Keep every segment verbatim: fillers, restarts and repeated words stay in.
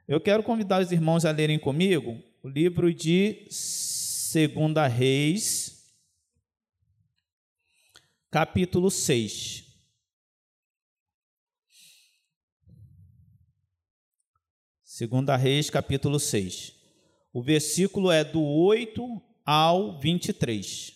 Eu quero convidar os irmãos a lerem comigo o livro de Segunda Reis, capítulo seis. Segunda Reis, capítulo seis. O versículo é do oito ao vinte e três.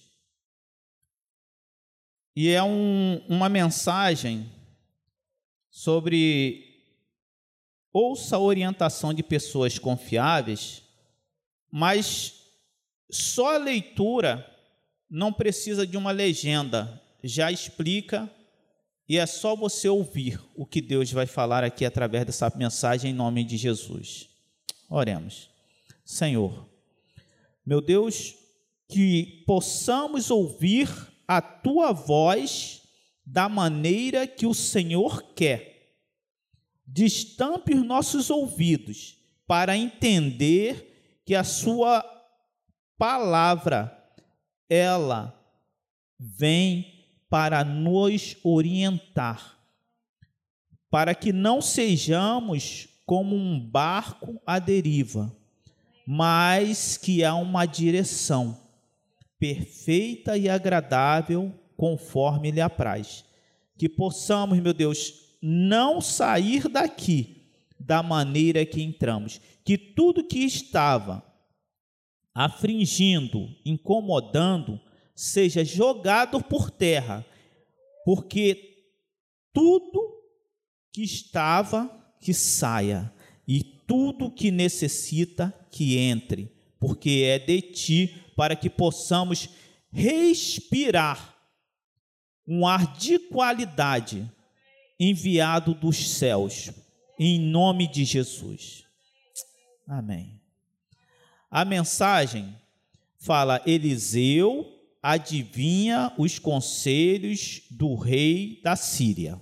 E é um, uma mensagem sobre ouça a orientação de pessoas confiáveis, mas só a leitura não precisa de uma legenda, já explica e é só você ouvir o que Deus vai falar aqui através dessa mensagem em nome de Jesus. Oremos. Senhor, meu Deus, que possamos ouvir a Tua voz da maneira que o Senhor quer. Destampe os nossos ouvidos para entender que a Sua palavra, ela vem para nos orientar, para que não sejamos como um barco à deriva, mas que há uma direção perfeita e agradável conforme lhe apraz. Que possamos, meu Deus, não sair daqui da maneira que entramos, que tudo que estava afligindo, incomodando, seja jogado por terra, porque tudo que estava, que saia, e tudo que necessita, que entre, porque é de Ti, para que possamos respirar um ar de qualidade enviado dos céus, em nome de Jesus. Amém. A mensagem fala: Eliseu adivinha os conselhos do rei da Síria.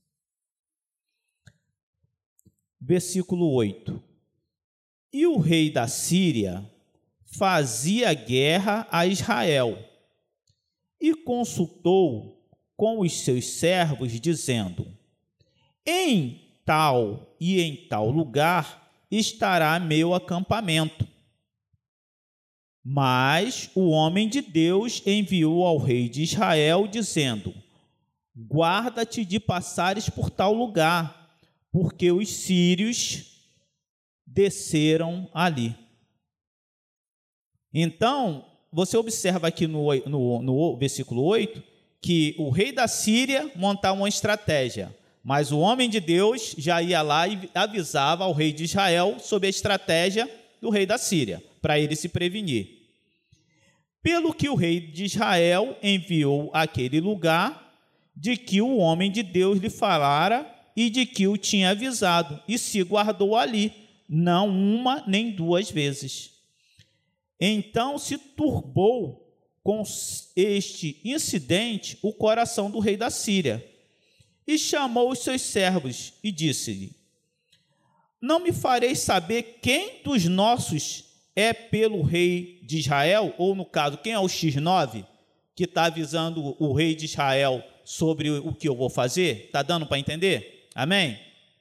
Versículo oito. E o rei da Síria fazia guerra a Israel e consultou com os seus servos, dizendo: em tal e em tal lugar estará meu acampamento. Mas o homem de Deus enviou ao rei de Israel, dizendo: guarda-te de passares por tal lugar, porque os sírios desceram ali. Então, você observa aqui no, no, no versículo oito, que o rei da Síria montava uma estratégia, mas o homem de Deus já ia lá e avisava ao rei de Israel sobre a estratégia do rei da Síria, para ele se prevenir. Pelo que o rei de Israel enviou àquele lugar, de que o homem de Deus lhe falara e de que o tinha avisado, e se guardou ali, não uma nem duas vezes. Então se turbou com este incidente o coração do rei da Síria, e chamou os seus servos e disse-lhe: não me fareis saber quem dos nossos é pelo rei de Israel? Ou, no caso, quem é o X nove que está avisando o rei de Israel sobre o que eu vou fazer? Está dando para entender? Amém?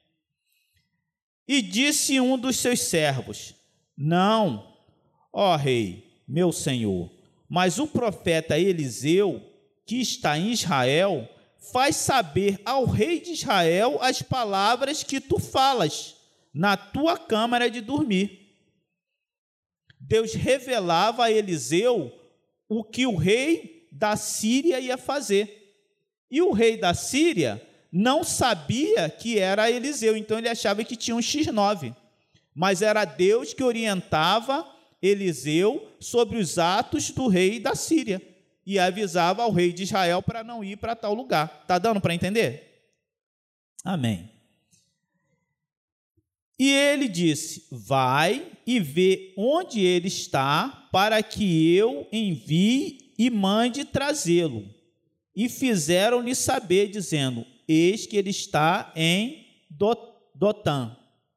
E disse um dos seus servos: não, ó rei, meu senhor, mas o profeta Eliseu, que está em Israel, faz saber ao rei de Israel as palavras que tu falas na tua câmara de dormir. Deus revelava a Eliseu o que o rei da Síria ia fazer. E o rei da Síria não sabia que era Eliseu, então ele achava que tinha um X nove. Mas era Deus que orientava Eliseu sobre os atos do rei da Síria e avisava ao rei de Israel para não ir para tal lugar. Está dando para entender? Amém. E ele disse: vai e vê onde ele está, para que eu envie e mande trazê-lo. E fizeram-lhe saber, dizendo: eis que ele está em Dotã.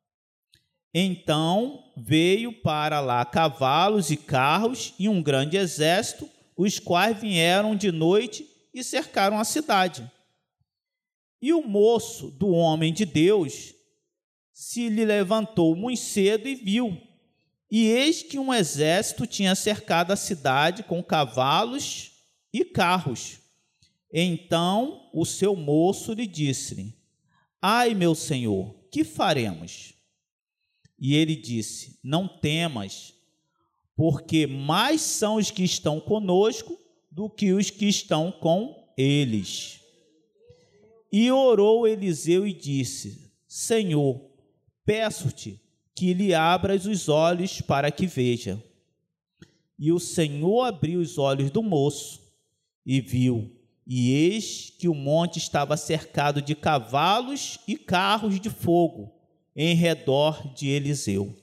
Então veio para lá cavalos e carros e um grande exército, os quais vieram de noite e cercaram a cidade. E o moço do homem de Deus se lhe levantou muito cedo e viu, e eis que um exército tinha cercado a cidade com cavalos e carros. Então o seu moço lhe disse: ai, meu senhor, que faremos? E ele disse: não temas, porque mais são os que estão conosco do que os que estão com eles. E orou Eliseu e disse: Senhor, peço-te que lhe abras os olhos para que veja. E o Senhor abriu os olhos do moço e viu, e eis que o monte estava cercado de cavalos e carros de fogo em redor de Eliseu.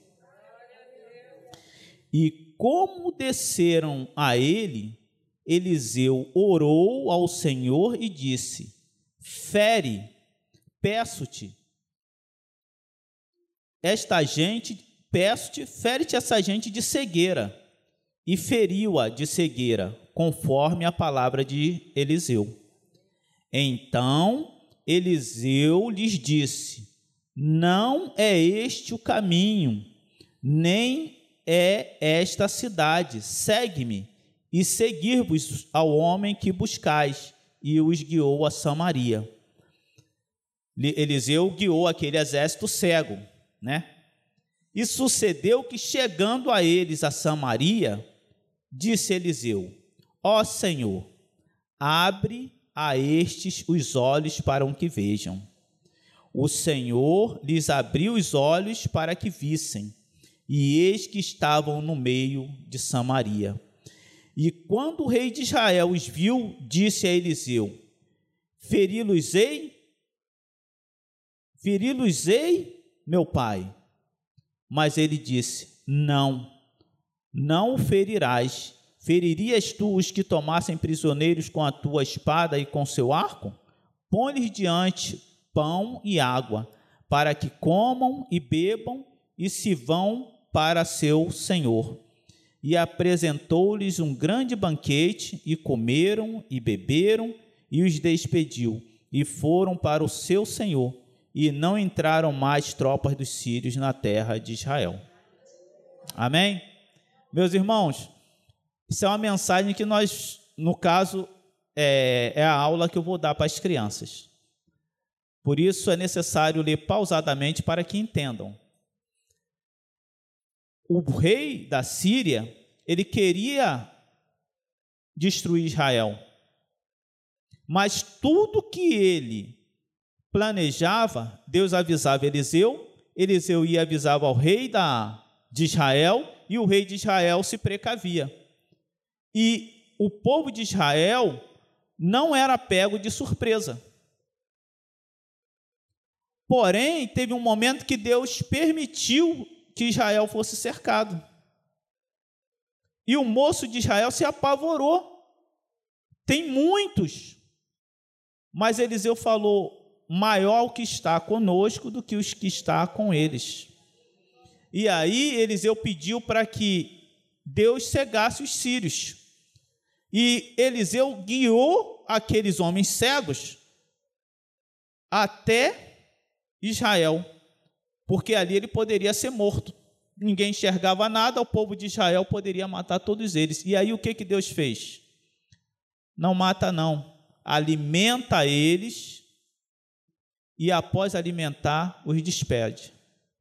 E como desceram a ele, Eliseu orou ao Senhor e disse: fere, peço-te, esta gente, peço-te, fere-te essa gente de cegueira. E feriu-a de cegueira, conforme a palavra de Eliseu. Então Eliseu lhes disse: não é este o caminho, nem é esta a cidade. Segue-me, e seguir-vos ao homem que buscais. E os guiou a Samaria. Eliseu guiou aquele exército cego, né? E sucedeu que, chegando a eles a Samaria, disse Eliseu: ó Senhor, abre a estes os olhos para que vejam. O Senhor lhes abriu os olhos para que vissem, e eis que estavam no meio de Samaria. E quando o rei de Israel os viu, disse a Eliseu: feri-los-ei? Feri-los-ei, meu pai? Mas ele disse: não, não o ferirás. Feririas tu os que tomassem prisioneiros com a tua espada e com seu arco? Põe-lhes diante pão e água, para que comam e bebam e se vão para seu senhor. E apresentou-lhes um grande banquete, e comeram e beberam, e os despediu, e foram para o seu senhor, e não entraram mais tropas dos sírios na terra de Israel. Amém? Meus irmãos, isso é uma mensagem que nós, no caso, é, é a aula que eu vou dar para as crianças. Por isso é necessário ler pausadamente para que entendam. O rei da Síria, ele queria destruir Israel, mas tudo que ele planejava, Deus avisava Eliseu, Eliseu ia avisar ao rei da, de Israel, e o rei de Israel se precavia. E o povo de Israel não era pego de surpresa. Porém, teve um momento que Deus permitiu que Israel fosse cercado. E o moço de Israel se apavorou. Tem muitos. Mas Eliseu falou: maior o que está conosco do que os que está com eles. E aí Eliseu pediu para que Deus cegasse os sírios. E Eliseu guiou aqueles homens cegos até Israel, porque ali ele poderia ser morto. Ninguém enxergava nada, o povo de Israel poderia matar todos eles. E aí o que, que Deus fez? Não mata não, alimenta eles e após alimentar, os despede.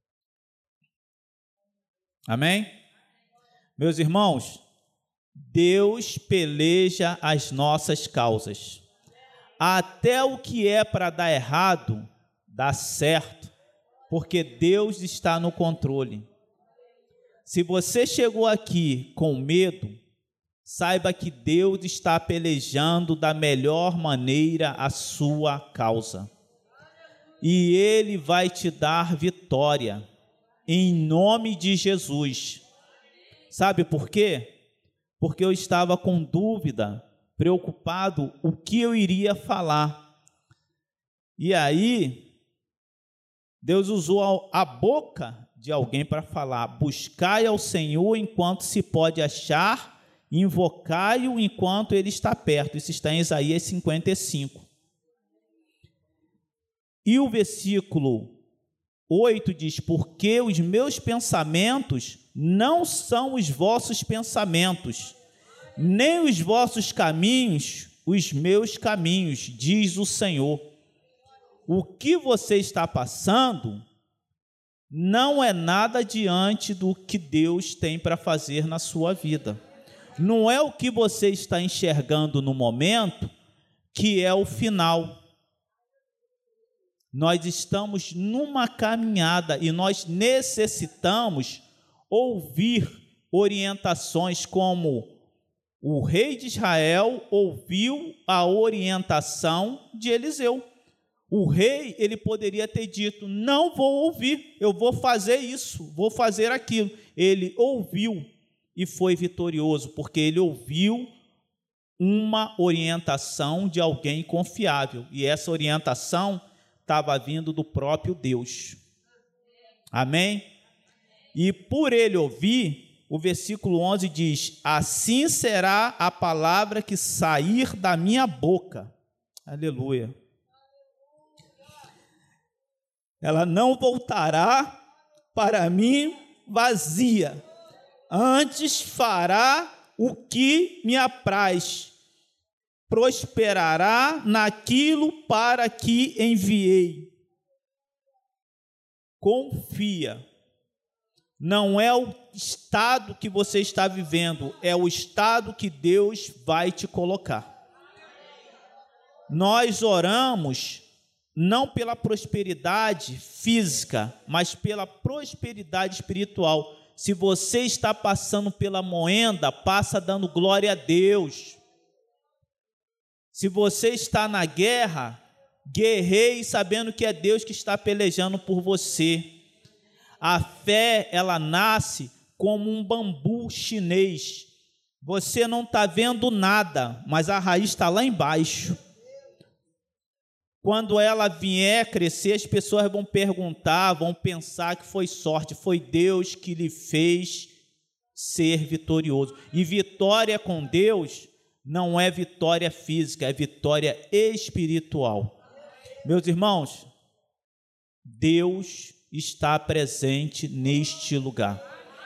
Amém? Meus irmãos, Deus peleja as nossas causas. Até o que é para dar errado, dá certo, porque Deus está no controle. Se você chegou aqui com medo, saiba que Deus está pelejando da melhor maneira a sua causa. E Ele vai te dar vitória, em nome de Jesus. Sabe por quê? Porque eu estava com dúvida, preocupado, o que eu iria falar. E aí, Deus usou a boca de alguém para falar: buscai ao Senhor enquanto se pode achar, invocai-o enquanto ele está perto. Isso está em Isaías cinquenta e cinco. E o versículo oito diz: porque os meus pensamentos não são os vossos pensamentos, nem os vossos caminhos os meus caminhos, diz o Senhor. O que você está passando não é nada diante do que Deus tem para fazer na sua vida. Não é o que você está enxergando no momento que é o final. Nós estamos numa caminhada e nós necessitamos ouvir orientações como o rei de Israel ouviu a orientação de Eliseu. O rei, ele poderia ter dito: não vou ouvir, eu vou fazer isso, vou fazer aquilo. Ele ouviu e foi vitorioso, porque ele ouviu uma orientação de alguém confiável. E essa orientação estava vindo do próprio Deus. Amém? E por ele ouvir, o versículo onze diz: assim será a palavra que sair da minha boca. Aleluia. Ela não voltará para mim vazia, antes fará o que me apraz, prosperará naquilo para que enviei. Confia. Não é o estado que você está vivendo, é o estado que Deus vai te colocar. Nós oramos não pela prosperidade física, mas pela prosperidade espiritual. Se você está passando pela moenda, passa dando glória a Deus. Se você está na guerra, guerreie sabendo que é Deus que está pelejando por você. A fé, ela nasce como um bambu chinês. Você não está vendo nada, mas a raiz está lá embaixo. Quando ela vier crescer, as pessoas vão perguntar, vão pensar que foi sorte, foi Deus que lhe fez ser vitorioso. E vitória com Deus não é vitória física, é vitória espiritual. Meus irmãos, Deus está presente neste lugar.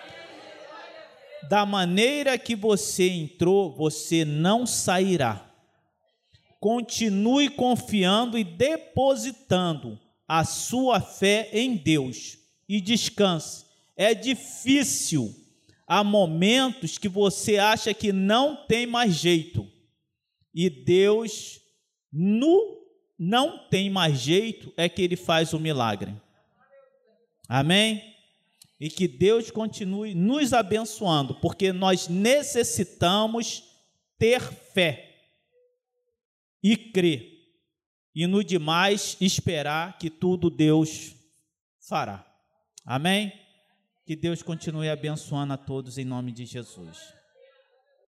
Da maneira que você entrou, você não sairá. Continue confiando e depositando a sua fé em Deus e descanse. É difícil, há momentos que você acha que não tem mais jeito e Deus, no não tem mais jeito, é que Ele faz o milagre. Amém? E que Deus continue nos abençoando, porque nós necessitamos ter fé e crer, e no demais esperar que tudo Deus fará. Amém? Que Deus continue abençoando a todos em nome de Jesus.